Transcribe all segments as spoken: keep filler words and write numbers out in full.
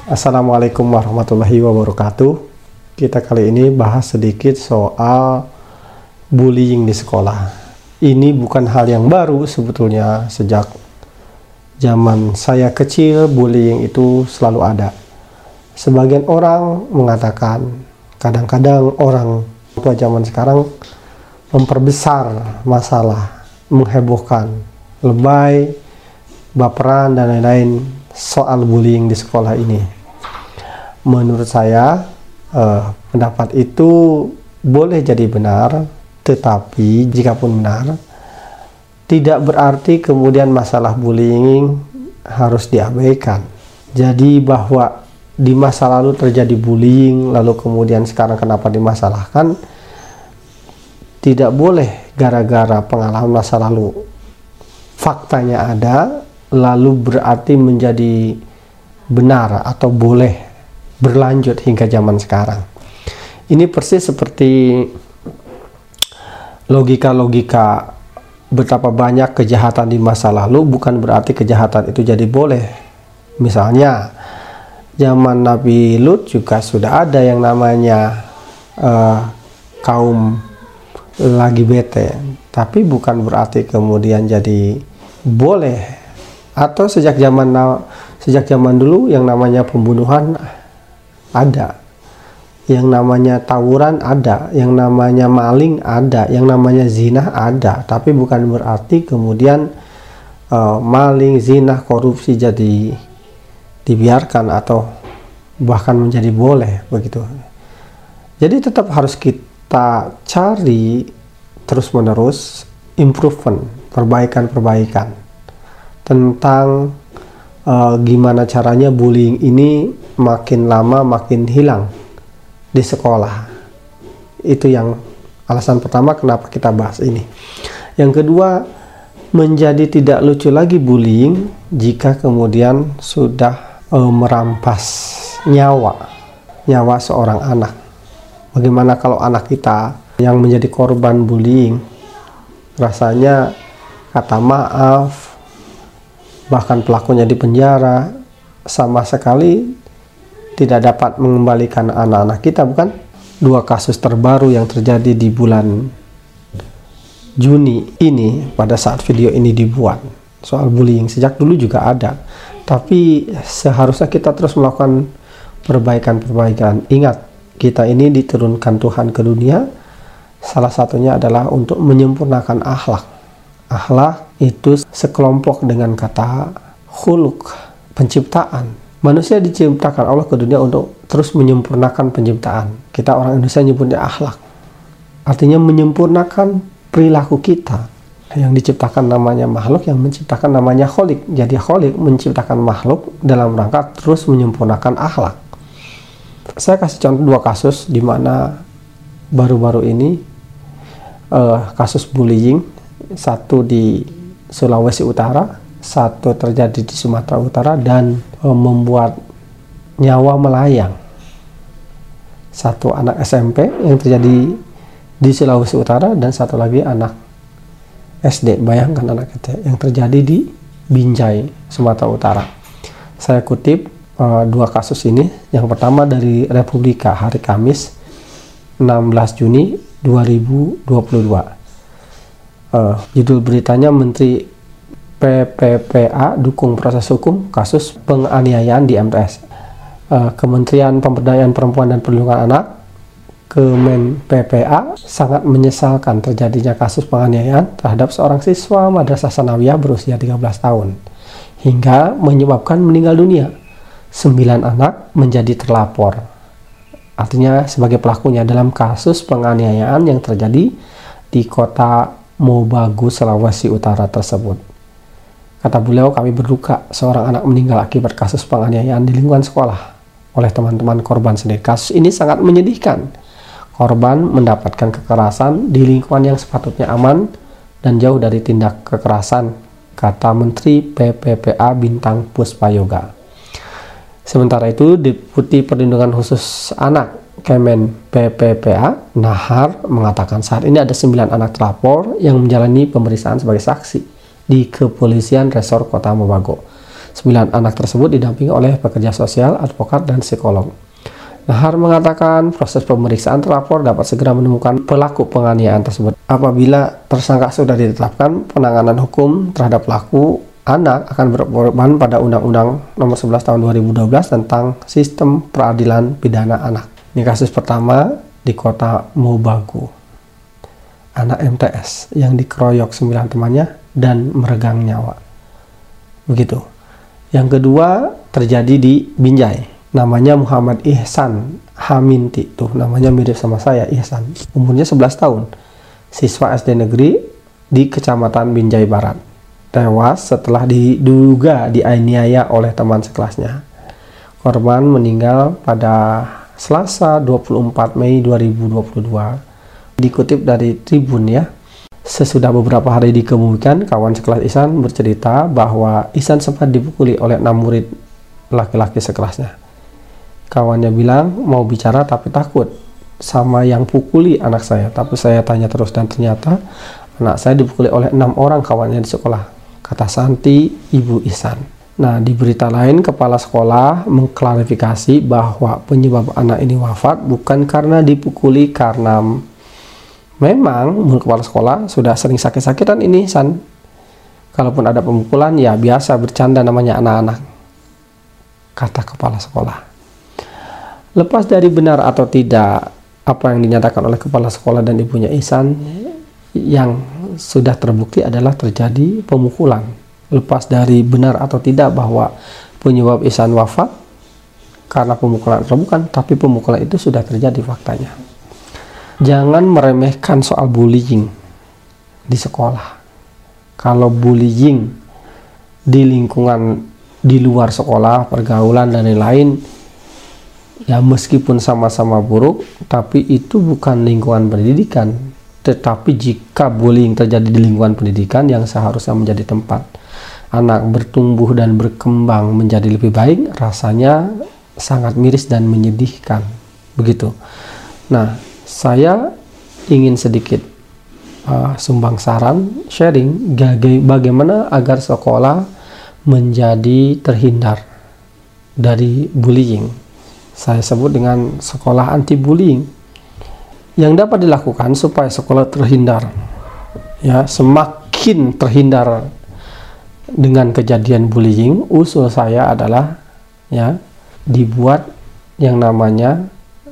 Assalamualaikum warahmatullahi wabarakatuh. Kita kali ini bahas sedikit soal bullying di sekolah. Ini bukan hal yang baru sebetulnya. Sejak zaman saya kecil, bullying itu selalu ada. Sebagian orang mengatakan, kadang-kadang orang tua zaman sekarang memperbesar masalah, menghebohkan, lebay, baperan, dan lain-lain soal bullying di sekolah ini. Menurut saya eh, pendapat itu boleh jadi benar, tetapi jika pun benar, tidak berarti kemudian masalah bullying harus diabaikan. Jadi bahwa di masa lalu terjadi bullying, lalu kemudian sekarang kenapa dimasalahkan, tidak boleh gara-gara pengalaman masa lalu faktanya ada lalu berarti menjadi benar atau boleh berlanjut hingga zaman sekarang. Ini persis seperti logika-logika betapa banyak kejahatan di masa lalu bukan berarti kejahatan itu jadi boleh. Misalnya zaman Nabi Lut juga sudah ada yang namanya uh, kaum lagi bete, tapi bukan berarti kemudian jadi boleh. Atau sejak zaman sejak zaman dulu yang namanya pembunuhan ada, yang namanya tawuran ada, yang namanya maling ada, yang namanya zina ada, tapi bukan berarti kemudian uh, maling, zina, korupsi jadi dibiarkan atau bahkan menjadi boleh begitu. Jadi tetap harus kita cari terus-menerus improvement, perbaikan-perbaikan tentang uh, gimana caranya bullying ini makin lama makin hilang di sekolah. Itu yang alasan pertama kenapa kita bahas ini. Yang kedua, menjadi tidak lucu lagi bullying jika kemudian sudah uh, merampas nyawa nyawa seorang anak. Bagaimana kalau anak kita yang menjadi korban bullying rasanya kata maaf, bahkan pelakunya di penjara, sama sekali tidak dapat mengembalikan anak-anak kita, bukan? Dua kasus terbaru yang terjadi di bulan Juni ini pada saat video ini dibuat soal bullying, sejak dulu juga ada, tapi seharusnya kita terus melakukan perbaikan-perbaikan. Ingat, kita ini diturunkan Tuhan ke dunia, salah satunya adalah untuk menyempurnakan akhlak. Akhlak itu sekelompok dengan kata khuluk, penciptaan. Manusia diciptakan Allah ke dunia untuk terus menyempurnakan penciptaan. Kita orang Indonesia nyebutnya akhlak. Artinya menyempurnakan perilaku kita. Yang diciptakan namanya makhluk, yang menciptakan namanya kholik. Jadi kholik menciptakan makhluk dalam rangka terus menyempurnakan akhlak. Saya kasih contoh dua kasus di mana baru-baru ini uh, kasus bullying. Satu di Sulawesi Utara, satu terjadi di Sumatera Utara dan e, membuat nyawa melayang. Satu anak S M P yang terjadi di Sulawesi Utara dan satu lagi anak S D. Bayangkan anak itu yang terjadi di Binjai, Sumatera Utara. Saya kutip e, dua kasus ini. Yang pertama dari Republika, hari Kamis enam belas Juni dua ribu dua puluh dua. Uh, judul beritanya, Menteri P P P A dukung proses hukum kasus penganiayaan di M T S. Uh, Kementerian Pemberdayaan Perempuan dan Perlindungan Anak, Kemen P P A, sangat menyesalkan terjadinya kasus penganiayaan terhadap seorang siswa Madrasah Sanawiyah berusia tiga belas tahun hingga menyebabkan meninggal dunia. Sembilan anak menjadi terlapor, artinya sebagai pelakunya dalam kasus penganiayaan yang terjadi di kota Mobagu, Sulawesi Utara tersebut. Kata beliau, kami berduka seorang anak meninggal akibat kasus penganiayaan di lingkungan sekolah oleh teman-teman korban sendiri. Kasus ini sangat menyedihkan. Korban mendapatkan kekerasan di lingkungan yang sepatutnya aman dan jauh dari tindak kekerasan, kata Menteri P P P A Bintang Puspayoga. Sementara itu, Deputi Perlindungan Khusus Anak Kemen P P P A, Nahar, mengatakan saat ini ada sembilan anak terlapor yang menjalani pemeriksaan sebagai saksi di Kepolisian Resor Kota Mobagu. Sembilan anak tersebut didampingi oleh pekerja sosial, advokat, dan psikolog. Nahar mengatakan proses pemeriksaan terlapor dapat segera menemukan pelaku penganiayaan tersebut. Apabila tersangka sudah ditetapkan, penanganan hukum terhadap pelaku anak akan berpedoman pada Undang-Undang Nomor sebelas Tahun dua ribu dua belas tentang Sistem Peradilan Pidana Anak. Ini kasus pertama di kota Mobagu. Anak M T S yang dikeroyok sembilan temannya dan meregang nyawa. Begitu. Yang kedua terjadi di Binjai. Namanya Muhammad Ihsan Haminti. Tuh, namanya mirip sama saya, Ihsan. Umurnya sebelas tahun. Siswa S D negeri di Kecamatan Binjai Barat. Tewas setelah diduga dianiaya oleh teman sekelasnya. Korban meninggal pada Selasa dua puluh empat Mei dua ribu dua puluh dua. Dikutip dari Tribun ya. Sesudah beberapa hari dikemudian, kawan sekelas Ihsan bercerita bahwa Ihsan sempat dipukuli oleh enam murid laki-laki sekelasnya. Kawannya bilang mau bicara tapi takut sama yang pukuli anak saya. Tapi saya tanya terus dan ternyata anak saya dipukuli oleh enam orang kawannya di sekolah, kata Santi, ibu Ihsan. Nah, di berita lain, kepala sekolah mengklarifikasi bahwa penyebab anak ini wafat bukan karena dipukuli, karena memang menurut kepala sekolah sudah sering sakit-sakitan ini, San. Kalaupun ada pemukulan, ya biasa bercanda, namanya anak-anak, kata kepala sekolah. Lepas dari benar atau tidak apa yang dinyatakan oleh kepala sekolah dan ibunya Ihsan, yang sudah terbukti adalah terjadi pemukulan. Lepas dari benar atau tidak bahwa penyebab Ihsan wafat karena pemukulan atau bukan, tapi pemukulan itu sudah terjadi faktanya. Jangan meremehkan soal bullying di sekolah. Kalau bullying di lingkungan di luar sekolah, pergaulan dan lain-lain, ya meskipun sama-sama buruk, tapi itu bukan lingkungan pendidikan. Tetapi jika bullying terjadi di lingkungan pendidikan yang seharusnya menjadi tempat anak bertumbuh dan berkembang menjadi lebih baik, rasanya sangat miris dan menyedihkan. Begitu. Nah, saya ingin sedikit uh, sumbang saran, sharing bagaimana agar sekolah menjadi terhindar dari bullying. Saya sebut dengan sekolah anti bullying. Yang dapat dilakukan supaya sekolah terhindar, ya semakin terhindar dengan kejadian bullying, usul saya adalah ya dibuat yang namanya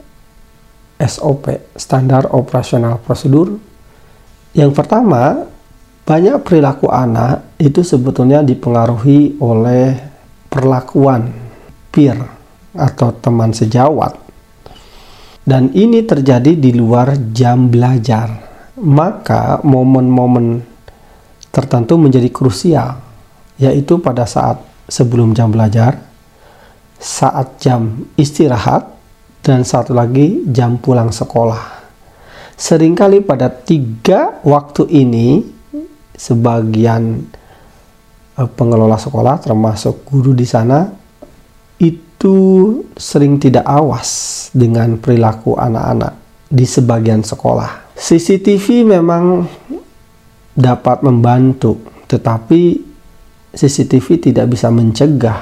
S O P, standar operasional prosedur. Yang pertama, banyak perilaku anak itu sebetulnya dipengaruhi oleh perlakuan peer atau teman sejawat. Dan ini terjadi di luar jam belajar. Maka momen-momen tertentu menjadi krusial, yaitu pada saat sebelum jam belajar, saat jam istirahat, dan satu lagi jam pulang sekolah. Seringkali pada tiga waktu ini, sebagian pengelola sekolah termasuk guru di sana itu sering tidak awas dengan perilaku anak-anak di sebagian sekolah. C C T V memang dapat membantu, tetapi C C T V tidak bisa mencegah.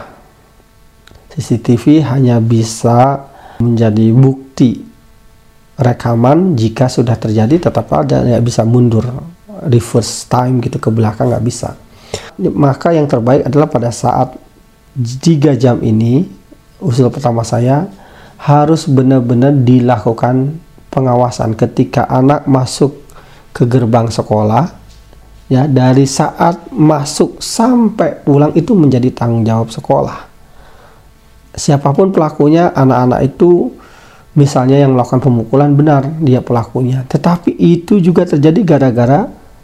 C C T V hanya bisa menjadi bukti rekaman jika sudah terjadi, tetap ada, nggak bisa mundur reverse time gitu ke belakang, nggak bisa. Maka yang terbaik adalah pada saat tiga jam ini, usul pertama saya harus benar-benar dilakukan pengawasan ketika anak masuk ke gerbang sekolah. Ya, dari saat masuk sampai pulang itu menjadi tanggung jawab sekolah. Siapapun pelakunya, anak-anak itu misalnya yang melakukan pemukulan, benar dia pelakunya. Tetapi itu juga terjadi gara-gara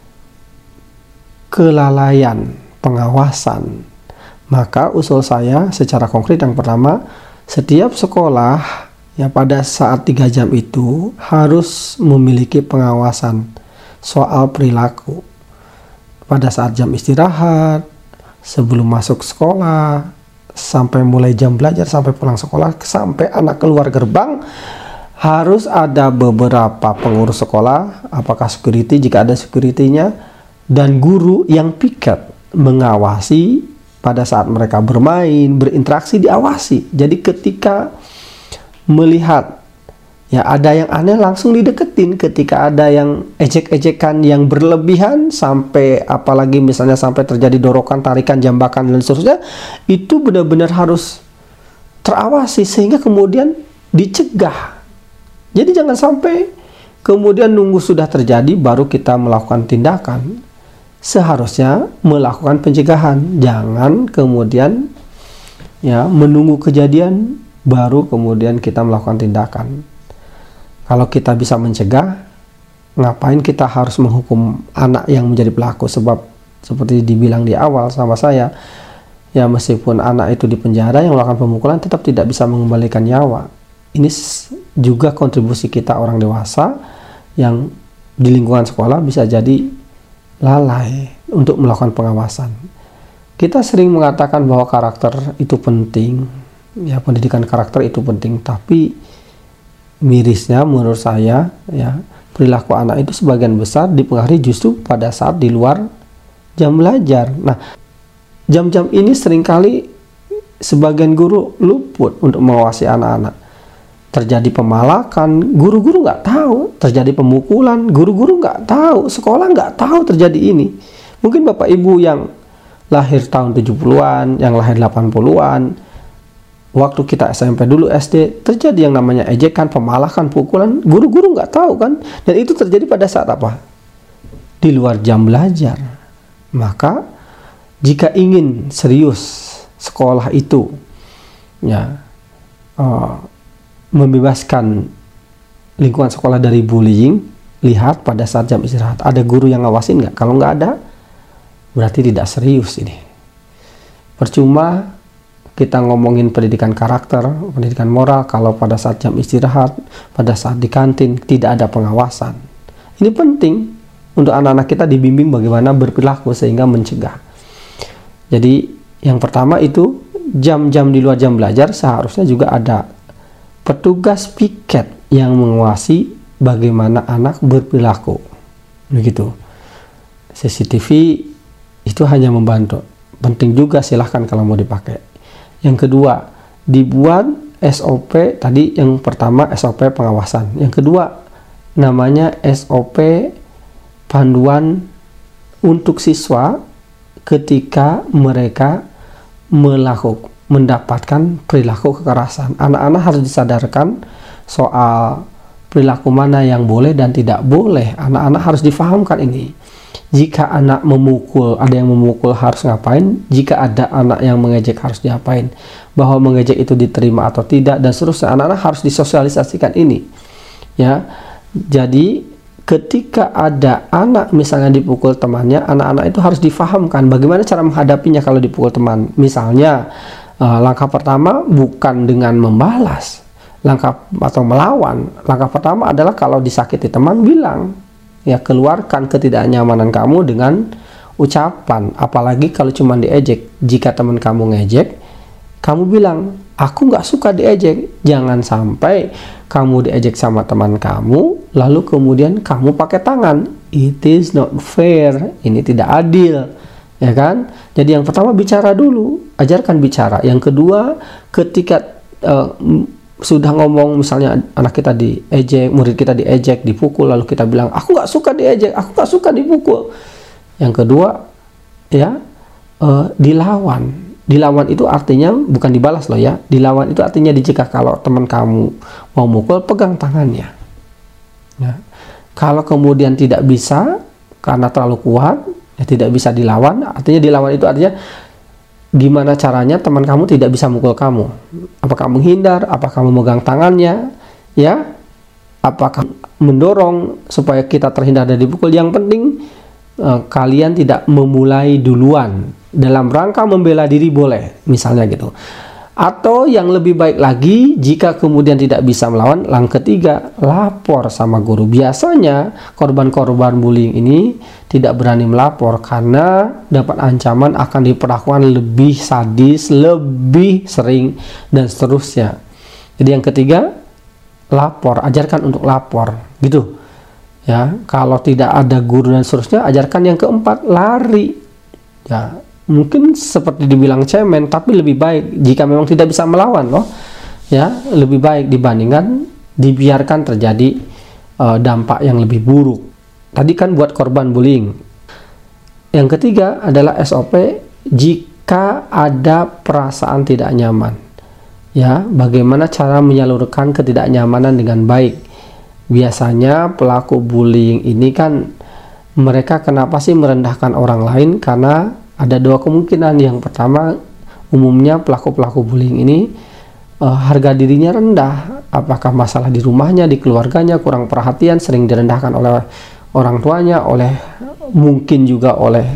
kelalaian pengawasan. Maka usul saya secara konkret yang pertama, setiap sekolah ya pada saat tiga jam itu harus memiliki pengawasan soal perilaku. Pada saat jam istirahat, sebelum masuk sekolah, sampai mulai jam belajar, sampai pulang sekolah, sampai anak keluar gerbang, harus ada beberapa pengurus sekolah, apakah security jika ada security-nya, dan guru yang piket mengawasi pada saat mereka bermain, berinteraksi, diawasi. Jadi ketika melihat ya ada yang aneh langsung dideketin, ketika ada yang ejek-ejekan yang berlebihan sampai apalagi misalnya sampai terjadi dorokan, tarikan, jambakan dan seterusnya, itu benar-benar harus terawasi sehingga kemudian dicegah. Jadi jangan sampai kemudian nunggu sudah terjadi baru kita melakukan tindakan. Seharusnya melakukan pencegahan, jangan kemudian ya menunggu kejadian baru kemudian kita melakukan tindakan. Kalau kita bisa mencegah, ngapain kita harus menghukum anak yang menjadi pelaku? Sebab seperti dibilang di awal sama saya, ya meskipun anak itu di penjara yang melakukan pemukulan tetap tidak bisa mengembalikan nyawa. Ini juga kontribusi kita orang dewasa yang di lingkungan sekolah bisa jadi lalai untuk melakukan pengawasan. Kita sering mengatakan bahwa karakter itu penting, ya pendidikan karakter itu penting, tapi mirisnya menurut saya ya perilaku anak itu sebagian besar dipengaruhi justru pada saat di luar jam belajar. Nah, jam-jam ini seringkali sebagian guru luput untuk mengawasi anak-anak. Terjadi pemalakan, guru-guru nggak tahu. Terjadi pemukulan, guru-guru nggak tahu. Sekolah nggak tahu terjadi ini. Mungkin Bapak Ibu yang lahir tahun tujuh puluhan, yang lahir delapan puluhan, waktu kita S M P dulu, S D, terjadi yang namanya ejekan, pemalakan, pukulan, guru-guru nggak tahu kan? Dan itu terjadi pada saat apa? Di luar jam belajar. Maka jika ingin serius sekolah itu ya uh, membebaskan lingkungan sekolah dari bullying, lihat pada saat jam istirahat ada guru yang ngawasin nggak? Kalau nggak ada, berarti tidak serius ini. Percuma kita ngomongin pendidikan karakter, pendidikan moral, kalau pada saat jam istirahat, pada saat di kantin tidak ada pengawasan. Ini penting untuk anak-anak kita dibimbing bagaimana berperilaku sehingga mencegah. Jadi yang pertama itu jam-jam di luar jam belajar seharusnya juga ada petugas piket yang mengawasi bagaimana anak berperilaku. Begitu. C C T V itu hanya membantu. Penting juga, silahkan kalau mau dipakai. Yang kedua, dibuat S O P, tadi yang pertama S O P pengawasan. Yang kedua, namanya S O P panduan untuk siswa ketika mereka melakukan mendapatkan perilaku kekerasan. Anak-anak harus disadarkan soal perilaku mana yang boleh dan tidak boleh. Anak-anak harus difahamkan ini. Jika anak memukul, ada yang memukul harus ngapain? Jika ada anak yang mengejek harus diapain? Bahwa mengejek itu diterima atau tidak dan seterusnya. Anak-anak harus disosialisasikan ini. Ya. Jadi ketika ada anak misalnya dipukul temannya, anak-anak itu harus difahamkan bagaimana cara menghadapinya kalau dipukul teman. Misalnya uh, langkah pertama bukan dengan membalas, langkah atau melawan. Langkah pertama adalah kalau disakiti teman, bilang. Ya, keluarkan ketidaknyamanan kamu dengan ucapan. Apalagi kalau cuma diejek. Jika teman kamu ngejek, kamu bilang, aku nggak suka diejek. Jangan sampai kamu diejek sama teman kamu, lalu kemudian kamu pakai tangan. It is not fair. Ini tidak adil. Ya kan? Jadi yang pertama bicara dulu. Ajarkan bicara. Yang kedua, ketika uh, sudah ngomong misalnya anak kita diejek, murid kita diejek, dipukul, lalu kita bilang, aku nggak suka diejek, aku nggak suka dipukul. Yang kedua, ya uh, dilawan. Dilawan itu artinya bukan dibalas loh ya. Dilawan itu artinya dicegah. Kalau teman kamu mau mukul, pegang tangannya. Ya. Kalau kemudian tidak bisa karena terlalu kuat, ya tidak bisa dilawan. Artinya dilawan itu artinya gimana caranya teman kamu tidak bisa mukul kamu? Apakah menghindar? Apakah memegang tangannya? Ya, apakah mendorong supaya kita terhindar dari dipukul? Yang penting eh, kalian tidak memulai duluan. Dalam rangka membela diri boleh, misalnya gitu. Atau yang lebih baik lagi, jika kemudian tidak bisa melawan, langkah ketiga, lapor sama guru. Biasanya korban-korban bullying ini tidak berani melapor karena dapat ancaman akan diperlakukan lebih sadis, lebih sering, dan seterusnya. Jadi yang ketiga, lapor, ajarkan untuk lapor, gitu. Ya, kalau tidak ada guru dan seterusnya, ajarkan yang keempat, lari. Ya, mungkin seperti dibilang cemen, tapi lebih baik jika memang tidak bisa melawan loh, ya, lebih baik dibandingkan dibiarkan terjadi uh, dampak yang lebih buruk. Tadi kan buat korban bullying. Yang ketiga adalah S O P jika ada perasaan tidak nyaman. Ya, bagaimana cara menyalurkan ketidaknyamanan dengan baik. Biasanya pelaku bullying ini kan mereka kenapa sih merendahkan orang lain? Karena ada dua kemungkinan. Yang pertama, umumnya pelaku-pelaku bullying ini uh, harga dirinya rendah. Apakah masalah di rumahnya, di keluarganya, kurang perhatian, sering direndahkan oleh orang tuanya, oleh mungkin juga oleh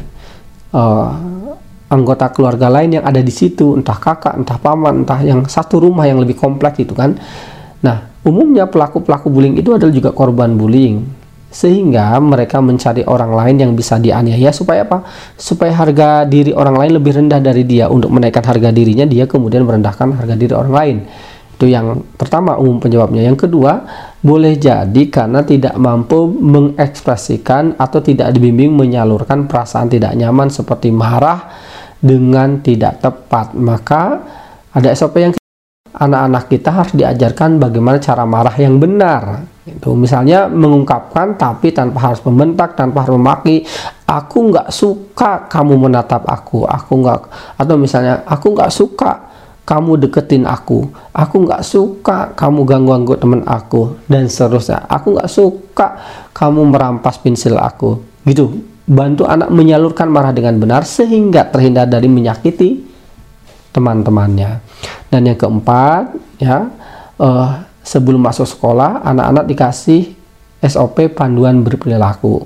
uh, anggota keluarga lain yang ada di situ, entah kakak, entah paman, entah yang satu rumah yang lebih kompleks itu kan. Nah, umumnya pelaku-pelaku bullying itu adalah juga korban bullying, sehingga mereka mencari orang lain yang bisa dianiaya supaya apa? Supaya harga diri orang lain lebih rendah dari dia. Untuk menaikkan harga dirinya, dia kemudian merendahkan harga diri orang lain. Itu yang pertama, umum penyebabnya. Yang kedua, boleh jadi karena tidak mampu mengekspresikan atau tidak dibimbing menyalurkan perasaan tidak nyaman seperti marah dengan tidak tepat. Maka ada S O P yang anak-anak kita harus diajarkan bagaimana cara marah yang benar. Itu misalnya mengungkapkan tapi tanpa harus membentak, tanpa harus memaki. Aku nggak suka kamu menatap aku. Aku nggak, atau misalnya aku nggak suka kamu deketin aku. Aku nggak suka kamu ganggu-ganggu temen aku, dan seterusnya. Aku nggak suka kamu merampas pensil aku. Gitu. Bantu anak menyalurkan marah dengan benar sehingga terhindar dari menyakiti teman-temannya. Dan yang keempat, ya, uh, sebelum masuk sekolah, anak-anak dikasih S O P panduan berperilaku.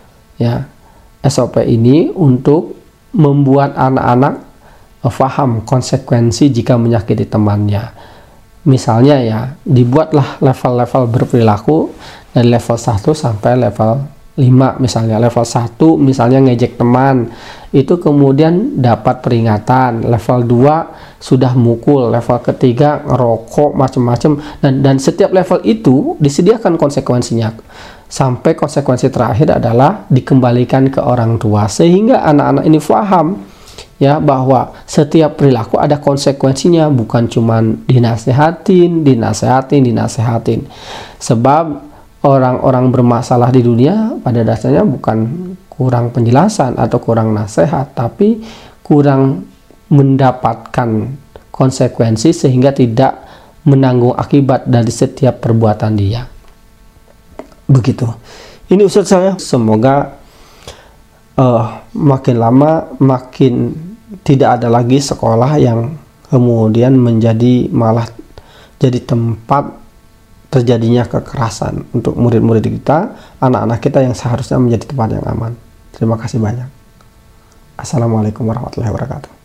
Ya, S O P ini untuk membuat anak-anak uh, paham konsekuensi jika menyakiti temannya. Misalnya ya, dibuatlah level-level berperilaku dari level satu sampai level lima. Misalnya level satu misalnya ngejek teman, itu kemudian dapat peringatan. Level dua sudah mukul, level ketiga ngerokok, macam-macam, dan dan setiap level itu disediakan konsekuensinya, sampai konsekuensi terakhir adalah dikembalikan ke orang tua, sehingga anak-anak ini paham ya bahwa setiap perilaku ada konsekuensinya, bukan cuman dinasehatin, dinasehatin, dinasehatin. Sebab orang-orang bermasalah di dunia pada dasarnya bukan kurang penjelasan atau kurang nasihat, tapi kurang mendapatkan konsekuensi sehingga tidak menanggung akibat dari setiap perbuatan dia. Begitu. Ini usul saya, semoga uh, makin lama makin tidak ada lagi sekolah yang kemudian menjadi malah jadi tempat terjadinya kekerasan untuk murid-murid kita, anak-anak kita yang seharusnya menjadi tempat yang aman. Terima kasih banyak. Assalamualaikum warahmatullahi wabarakatuh.